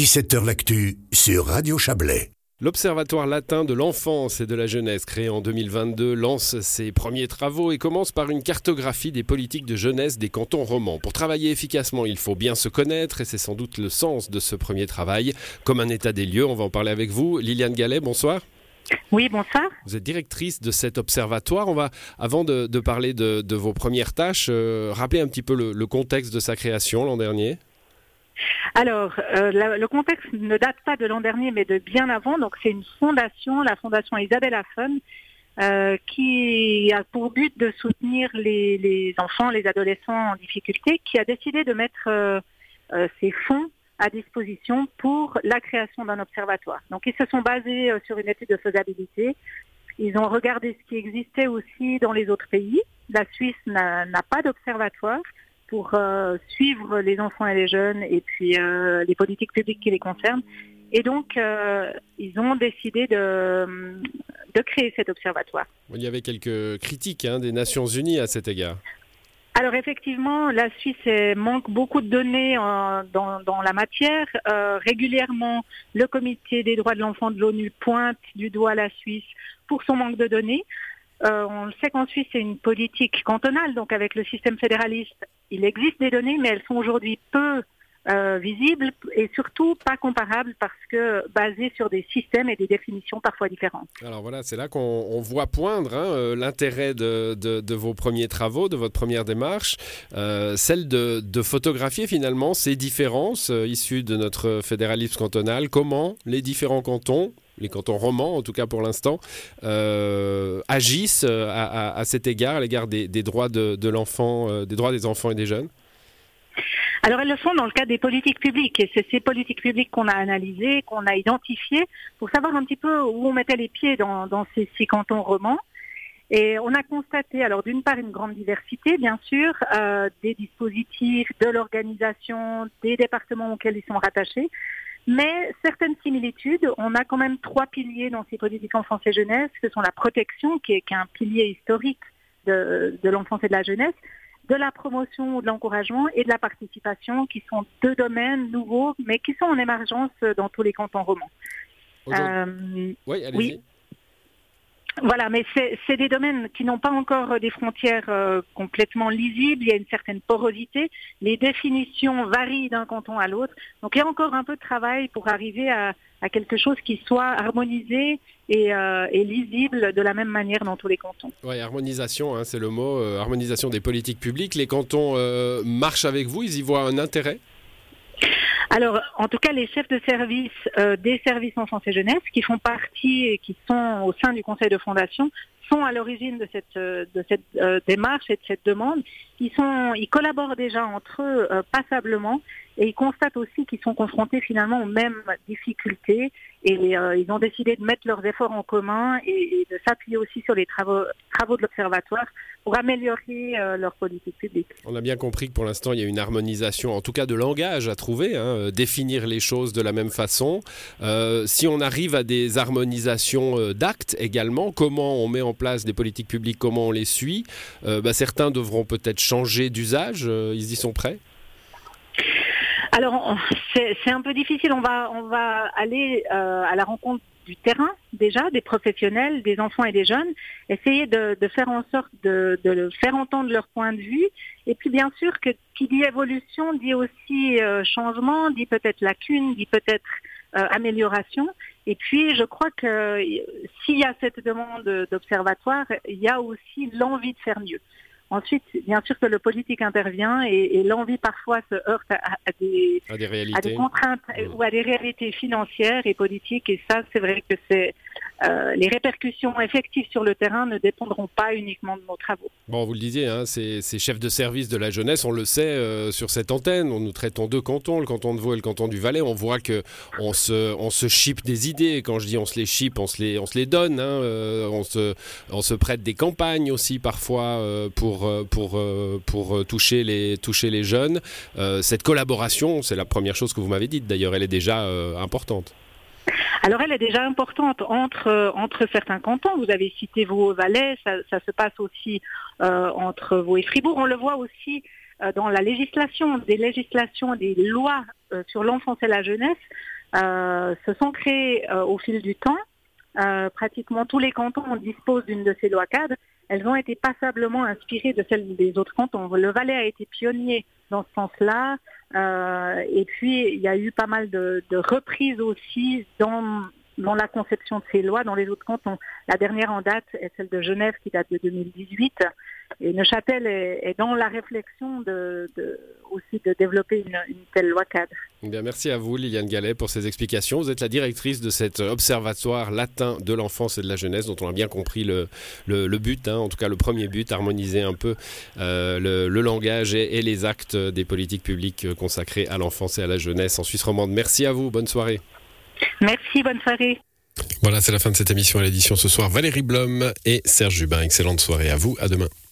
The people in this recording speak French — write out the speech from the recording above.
17h l'actu sur Radio Chablais. L'Observatoire latin de l'enfance et de la jeunesse, créé en 2022, lance ses premiers travaux et commence par une cartographie des politiques de jeunesse des cantons romans. Pour travailler efficacement, il faut bien se connaître et c'est sans doute le sens de ce premier travail. Comme un état des lieux, on va en parler avec vous. Liliane Gallet, bonsoir. Oui, bonsoir. Vous êtes directrice de cet observatoire. On va, avant de parler de vos premières tâches, rappeler un petit peu le contexte de sa création l'an dernier. Alors, le contexte ne date pas de l'an dernier, mais de bien avant. Donc, c'est une fondation, la fondation Isabelle Fun, qui a pour but de soutenir les enfants, les adolescents en difficulté, qui a décidé de mettre ses fonds à disposition pour la création d'un observatoire. Donc, ils se sont basés sur une étude de faisabilité. Ils ont regardé ce qui existait aussi dans les autres pays. La Suisse n'a pas d'observatoire pour suivre les enfants et les jeunes et puis les politiques publiques qui les concernent. Et donc, ils ont décidé de créer cet observatoire. Il y avait quelques critiques des Nations Unies à cet égard. Alors effectivement, la Suisse manque beaucoup de données dans la matière. Régulièrement, le Comité des droits de l'enfant de l'ONU pointe du doigt la Suisse pour son manque de données. On le sait qu'en Suisse, c'est une politique cantonale, donc avec le système fédéraliste, il existe des données, mais elles sont aujourd'hui peu visibles et surtout pas comparables parce que basées sur des systèmes et des définitions parfois différentes. Alors voilà, c'est là qu'on voit poindre l'intérêt de vos premiers travaux, de votre première démarche, celle de photographier finalement ces différences issues de notre fédéralisme cantonal, comment les différents cantons, les cantons romans en tout cas pour l'instant, agissent à cet égard, à l'égard des droits de l'enfant, des droits des enfants et des jeunes. Alors elles le font dans le cadre des politiques publiques et c'est ces politiques publiques qu'on a analysées, qu'on a identifiées pour savoir un petit peu où on mettait les pieds dans ces 6 cantons romans. Et on a constaté, alors d'une part une grande diversité bien sûr, des dispositifs, de l'organisation, des départements auxquels ils sont rattachés, mais certaines similitudes. On a quand même 3 piliers dans ces politiques enfance et jeunesse, que sont la protection, qui est un pilier historique de l'enfance et de la jeunesse, de la promotion ou de l'encouragement et de la participation, qui sont 2 domaines nouveaux, mais qui sont en émergence dans tous les cantons romans. Oui, allez-y. Oui. Voilà, mais c'est des domaines qui n'ont pas encore des frontières complètement lisibles. Il y a une certaine porosité. Les définitions varient d'un canton à l'autre. Donc il y a encore un peu de travail pour arriver à quelque chose qui soit harmonisé et lisible de la même manière dans tous les cantons. Oui, harmonisation, c'est le mot, harmonisation des politiques publiques. Les cantons marchent avec vous, ils y voient un intérêt ? Alors, en tout cas, les chefs de service des services enfance et jeunesse, qui font partie et qui sont au sein du conseil de fondation, sont à l'origine de cette démarche et de cette demande. Ils collaborent déjà entre eux passablement et ils constatent aussi qu'ils sont confrontés finalement aux mêmes difficultés et ils ont décidé de mettre leurs efforts en commun et de s'appuyer aussi sur les travaux de l'Observatoire pour améliorer leur politique publique. On a bien compris que pour l'instant, il y a une harmonisation, en tout cas de langage à trouver, définir les choses de la même façon. Si on arrive à des harmonisations d'actes également, comment on met en place des politiques publiques, comment on les suit, certains devront peut-être changer d'usage, ils y sont prêts ? Alors, c'est un peu difficile. On va aller à la rencontre du terrain, déjà, des professionnels, des enfants et des jeunes, essayer de faire en sorte de faire entendre leur point de vue. Et puis, bien sûr, qui dit évolution, dit aussi changement, dit peut-être lacune, dit peut-être amélioration. Et puis, je crois que s'il y a cette demande d'observatoire, il y a aussi l'envie de faire mieux. Ensuite, bien sûr que le politique intervient et l'envie parfois se heurte à des contraintes ou à des réalités financières et politiques. Et ça, c'est vrai que les répercussions effectives sur le terrain ne dépendront pas uniquement de nos travaux. Bon, vous le disiez, ces chefs de service de la jeunesse, on le sait sur cette antenne, nous traitons 2 cantons, le canton de Vaud et le canton du Valais. On voit qu'on se chipe des idées. Quand je dis on se les chipe, on se les donne. On se prête des campagnes aussi parfois pour toucher les jeunes. Cette collaboration, c'est la première chose que vous m'avez dite d'ailleurs, elle est déjà importante. Alors elle est déjà importante entre certains cantons. Vous avez cité Vaud et Valais, ça se passe aussi entre Vaud et Fribourg. On le voit aussi dans la législation, des lois sur l'enfance et la jeunesse se sont créées au fil du temps. Pratiquement tous les cantons disposent d'une de ces lois cadres. Elles ont été passablement inspirées de celles des autres cantons. Le Valais a été pionnier dans ce sens-là. Et puis, il y a eu pas mal de reprises aussi dans la conception de ces lois dans les autres cantons. La dernière en date est celle de Genève qui date de 2018. Et Neuchâtel est dans la réflexion aussi de développer une telle loi cadre. Bien, merci à vous, Liliane Gallet, pour ces explications. Vous êtes la directrice de cet observatoire latin de l'enfance et de la jeunesse, dont on a bien compris le but, en tout cas le premier but, harmoniser un peu le langage et les actes des politiques publiques consacrées à l'enfance et à la jeunesse en Suisse romande. Merci à vous, bonne soirée. Merci, bonne soirée. Voilà, c'est la fin de cette émission à l'édition ce soir. Valérie Blom et Serge Jubin. Excellente soirée à vous, à demain.